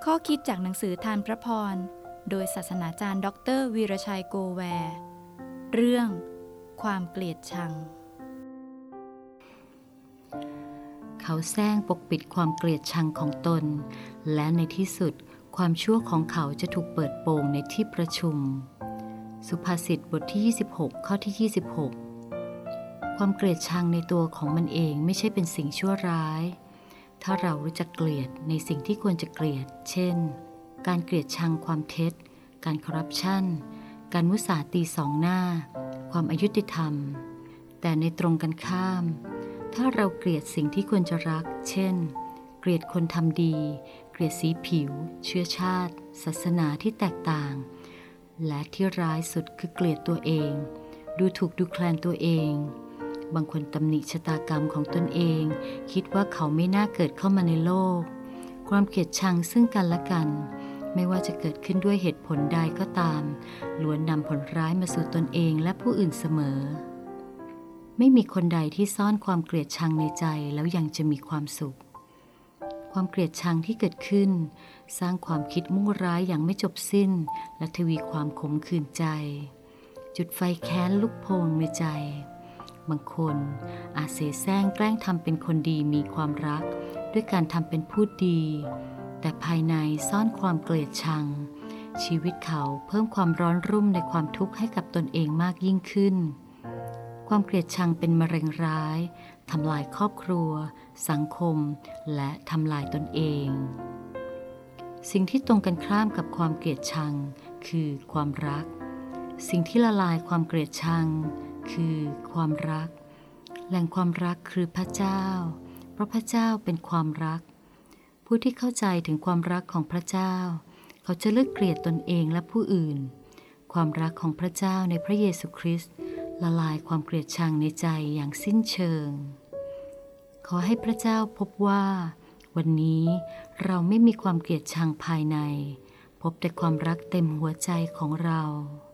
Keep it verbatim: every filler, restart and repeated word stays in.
ข้อคิดจากหนังสือทานพระพรโดยศาสนาจารย์ดรวีรชัยโกแวร์เรื่องความเกลียดชังเขาแซงปกปิดความเกลียดชังของตนและในที่สุดความชั่วของเขาจะถูกเปิดโปงในที่ประชุมสุภาษิตบทที่ยี่สิบหกข้อที่ยี่สิบหกความเกลียดชังในตัวของมันเองไม่ใช่เป็นสิ่งชั่วร้ายถ้าเรารู้จักเกลียดในสิ่งที่ควรจะเกลียดเช่นการเกลียดชังความเท็จการคอร์รัปชันการมุสาตีสองหน้าความอายุติธรรมแต่ในตรงกันข้ามถ้าเราเกลียดสิ่งที่ควรจะรักเช่นเกลียดคนทำดีเกลียดสีผิวเชื้อชาติศาสนาที่แตกต่างและที่ร้ายสุดคือเกลียดตัวเองดูถูกดูแคลนตัวเองบางคนตำหนิชะตากรรมของตนเองคิดว่าเขาไม่น่าเกิดเข้ามาในโลกความเกลียดชังซึ่งกันและกันไม่ว่าจะเกิดขึ้นด้วยเหตุผลใดก็ตามล้วนนำผลร้ายมาสู่ตนเองและผู้อื่นเสมอไม่มีคนใดที่ซ่อนความเกลียดชังในใจแล้วยังจะมีความสุขความเกลียดชังที่เกิดขึ้นสร้างความคิดมุ่งร้ายอย่างไม่จบสิ้นและทวีความขมขื่นใจจุดไฟแค้นลุกโพลงในใจบางคนอาจเสแสร้งแกล้งทำเป็นคนดีมีความรักด้วยการทำเป็นผู้ดีแต่ภายในซ่อนความเกลียดชังชีวิตเขาเพิ่มความร้อนรุ่มในความทุกข์ให้กับตนเองมากยิ่งขึ้นความเกลียดชังเป็นมะเร็งร้ายทำลายครอบครัวสังคมและทำลายตนเองสิ่งที่ตรงกันข้ามกับความเกลียดชังคือความรักสิ่งที่ละลายความเกลียดชังคือความรักแหล่งความรักคือพระเจ้าเพราะพระเจ้าเป็นความรักผู้ที่เข้าใจถึงความรักของพระเจ้าเขาจะเลิกเกลียดตนเองและผู้อื่นความรักของพระเจ้าในพระเยซูคริสต์ละลายความเกลียดชังในใจอย่างสิ้นเชิงขอให้พระเจ้าพบว่าวันนี้เราไม่มีความเกลียดชังภายในพบแต่ความรักเต็มหัวใจของเรา